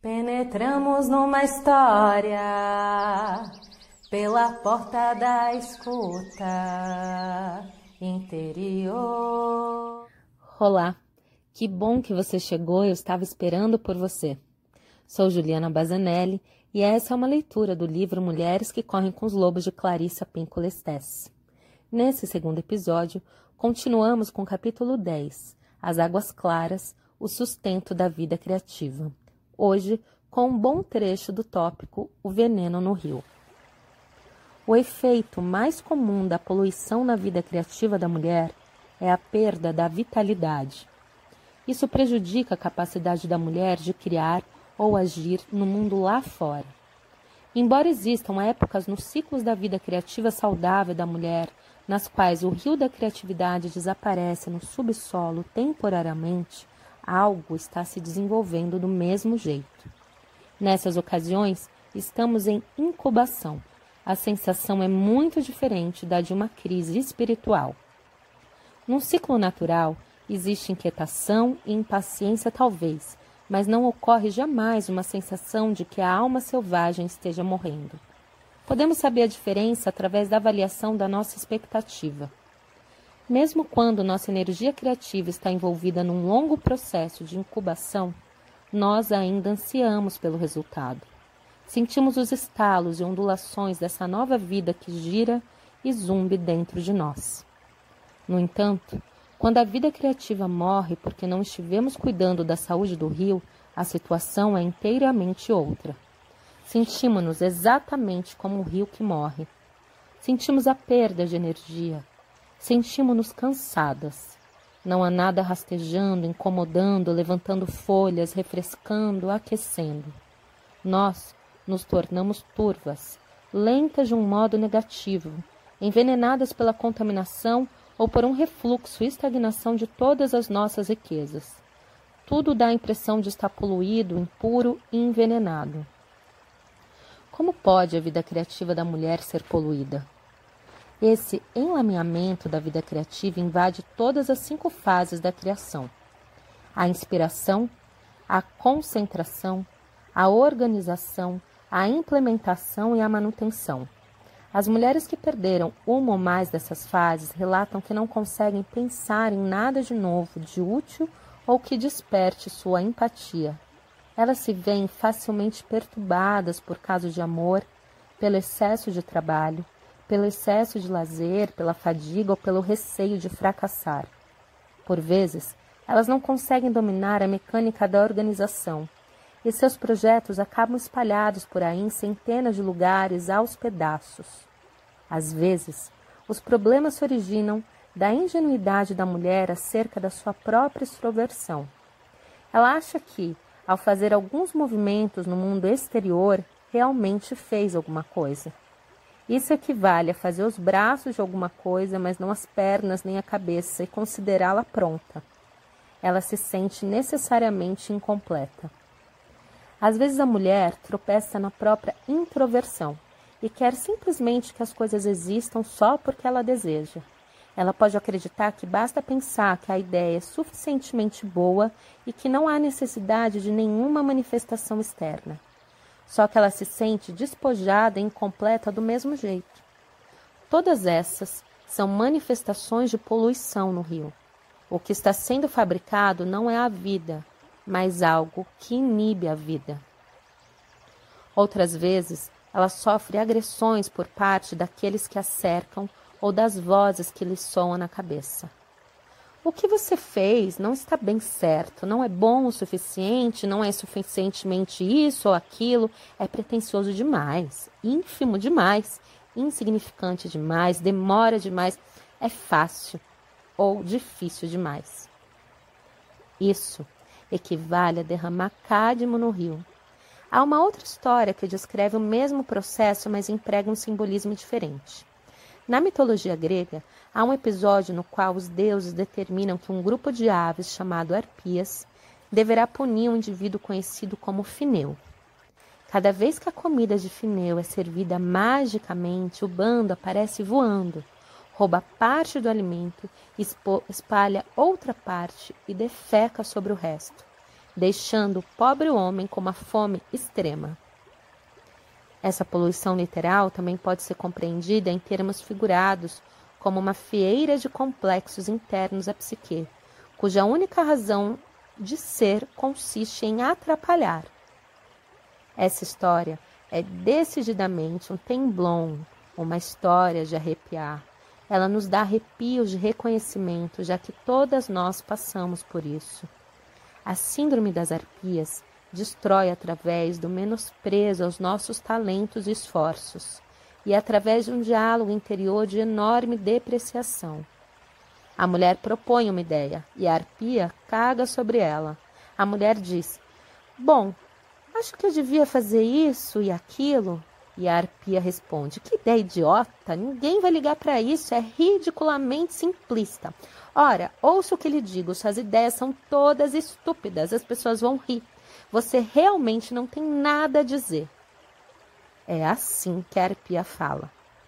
Penetramos numa história pela porta da escuta interior. Olá, que bom que você chegou, eu estava esperando por você. Sou Juliana Bazanelli e essa é uma leitura do livro Mulheres que Correm com os Lobos de Clarissa Pinkola Estés. Nesse segundo episódio, continuamos com o capítulo 10, As Águas Claras, o sustento da vida criativa. Hoje, com um bom trecho do tópico O Veneno no Rio. O efeito mais comum da poluição na vida criativa da mulher é a perda da vitalidade. Isso prejudica a capacidade da mulher de criar ou agir no mundo lá fora. Embora existam épocas nos ciclos da vida criativa saudável da mulher, nas quais o rio da criatividade desaparece no subsolo temporariamente, algo está se desenvolvendo do mesmo jeito. Nessas ocasiões, estamos em incubação. A sensação é muito diferente da de uma crise espiritual. Num ciclo natural, existe inquietação e impaciência talvez, mas não ocorre jamais uma sensação de que a alma selvagem esteja morrendo. Podemos saber a diferença através da avaliação da nossa expectativa. Mesmo quando nossa energia criativa está envolvida num longo processo de incubação, nós ainda ansiamos pelo resultado. Sentimos os estalos e ondulações dessa nova vida que gira e zumbe dentro de nós. No entanto, quando a vida criativa morre porque não estivemos cuidando da saúde do rio, a situação é inteiramente outra. Sentimos-nos exatamente como o rio que morre. Sentimos a perda de energia. Sentimos-nos cansadas. Não há nada rastejando, incomodando, levantando folhas, refrescando, aquecendo. Nós nos tornamos turvas, lentas de um modo negativo, envenenadas pela contaminação ou por um refluxo e estagnação de todas as nossas riquezas. Tudo dá a impressão de estar poluído, impuro e envenenado. Como pode a vida criativa da mulher ser poluída? Esse enlameamento da vida criativa invade todas as 5 fases da criação: a inspiração, a concentração, a organização, a implementação e a manutenção. As mulheres que perderam uma ou mais dessas fases relatam que não conseguem pensar em nada de novo, de útil ou que desperte sua empatia. Elas se veem facilmente perturbadas por casos de amor, pelo excesso de trabalho, pelo excesso de lazer, pela fadiga ou pelo receio de fracassar. Por vezes, elas não conseguem dominar a mecânica da organização, e seus projetos acabam espalhados por aí em centenas de lugares aos pedaços. Às vezes, os problemas se originam da ingenuidade da mulher acerca da sua própria extroversão. Ela acha que, ao fazer alguns movimentos no mundo exterior, realmente fez alguma coisa. Isso equivale a fazer os braços de alguma coisa, mas não as pernas nem a cabeça, e considerá-la pronta. Ela se sente necessariamente incompleta. Às vezes a mulher tropeça na própria introversão e quer simplesmente que as coisas existam só porque ela deseja. Ela pode acreditar que basta pensar que a ideia é suficientemente boa e que não há necessidade de nenhuma manifestação externa. Só que ela se sente despojada e incompleta do mesmo jeito. Todas essas são manifestações de poluição no rio. O que está sendo fabricado não é a vida, mas algo que inibe a vida. Outras vezes, ela sofre agressões por parte daqueles que a cercam ou das vozes que lhe soam na cabeça. O que você fez não está bem certo, não é bom o suficiente, não é suficientemente isso ou aquilo, é pretensioso demais, ínfimo demais, insignificante demais, demora demais, é fácil ou difícil demais. Isso equivale a derramar cádmio no rio. Há uma outra história que descreve o mesmo processo, mas emprega um simbolismo diferente. Na mitologia grega, há um episódio no qual os deuses determinam que um grupo de aves chamado Arpias deverá punir um indivíduo conhecido como Fineu. Cada vez que a comida de Fineu é servida magicamente, o bando aparece voando, rouba parte do alimento, espalha outra parte e defeca sobre o resto. deixando o pobre homem com uma fome extrema. Essa poluição literal também pode ser compreendida em termos figurados, como uma fieira de complexos internos à psique, cuja única razão de ser consiste em atrapalhar. Essa história é decididamente um temblon, uma história de arrepiar. Ela nos dá arrepios de reconhecimento, já que todas nós passamos por isso. A síndrome das arpias destrói através do menosprezo aos nossos talentos e esforços, e através de um diálogo interior de enorme depreciação. A mulher propõe uma ideia, e a arpia caga sobre ela. A mulher diz: bom, acho que eu devia fazer isso e aquilo. E a arpia responde: que ideia idiota, ninguém vai ligar para isso, é ridiculamente simplista. Ora, ouça o que lhe digo, suas ideias são todas estúpidas, as pessoas vão rir. Você realmente não tem nada a dizer. É assim que a arpia fala.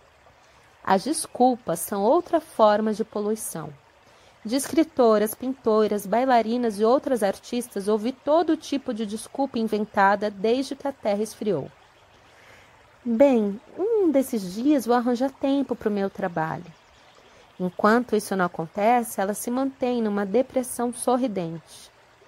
As desculpas são outra forma de poluição. De escritoras, pintoras, bailarinas e outras artistas ouvi todo tipo de desculpa inventada desde que a terra esfriou. Bem, um desses dias vou arranjar tempo para o meu trabalho. Enquanto isso não acontece, ela se mantém numa depressão sorridente.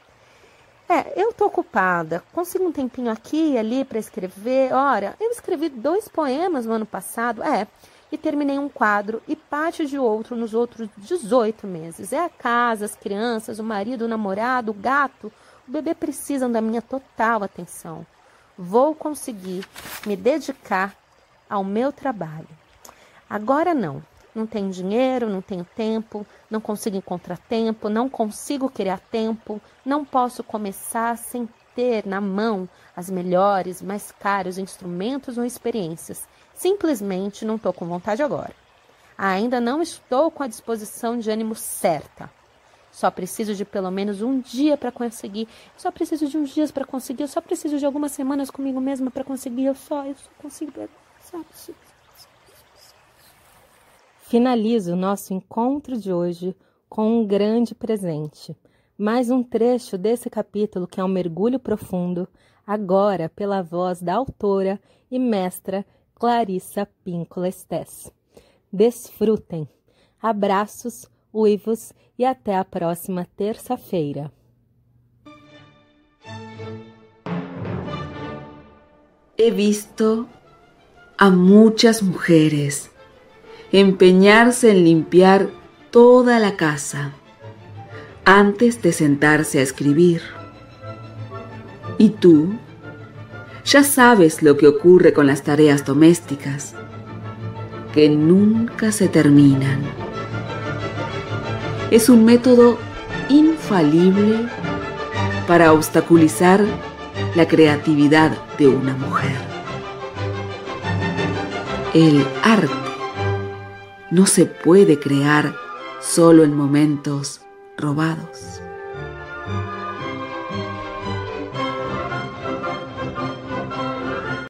Eu estou ocupada, consigo um tempinho aqui e ali para escrever. Ora, eu escrevi 2 poemas no ano passado, e terminei um quadro e parte de outro nos outros 18 meses. É a casa, as crianças, o marido, o namorado, o gato, o bebê precisam da minha total atenção. Vou conseguir me dedicar ao meu trabalho. Agora não tenho dinheiro, não tenho tempo, não consigo encontrar tempo, não consigo criar tempo, não posso começar sem ter na mão as melhores, mais caros instrumentos ou experiências. Simplesmente não estou com vontade agora. Ainda não estou com a disposição de ânimo certa. Só preciso de pelo menos um dia para conseguir. Só preciso de uns dias para conseguir. Eu só preciso de algumas semanas comigo mesma para conseguir. Eu só consigo. Sabe? Finalizo o nosso encontro de hoje com um grande presente. Mais um trecho desse capítulo que é um mergulho profundo, agora pela voz da autora e mestra Clarissa Pinkola Estés. Desfrutem. Abraços, uivos e até a próxima terça-feira. He visto a muchas mujeres empeñarse en limpiar toda la casa antes de sentarse a escribir. ¿Y tú? Ya sabes lo que ocurre con las tareas domésticas, que nunca se terminan. Es un método infalible para obstaculizar la creatividad de una mujer. El arte no se puede crear solo en momentos robados.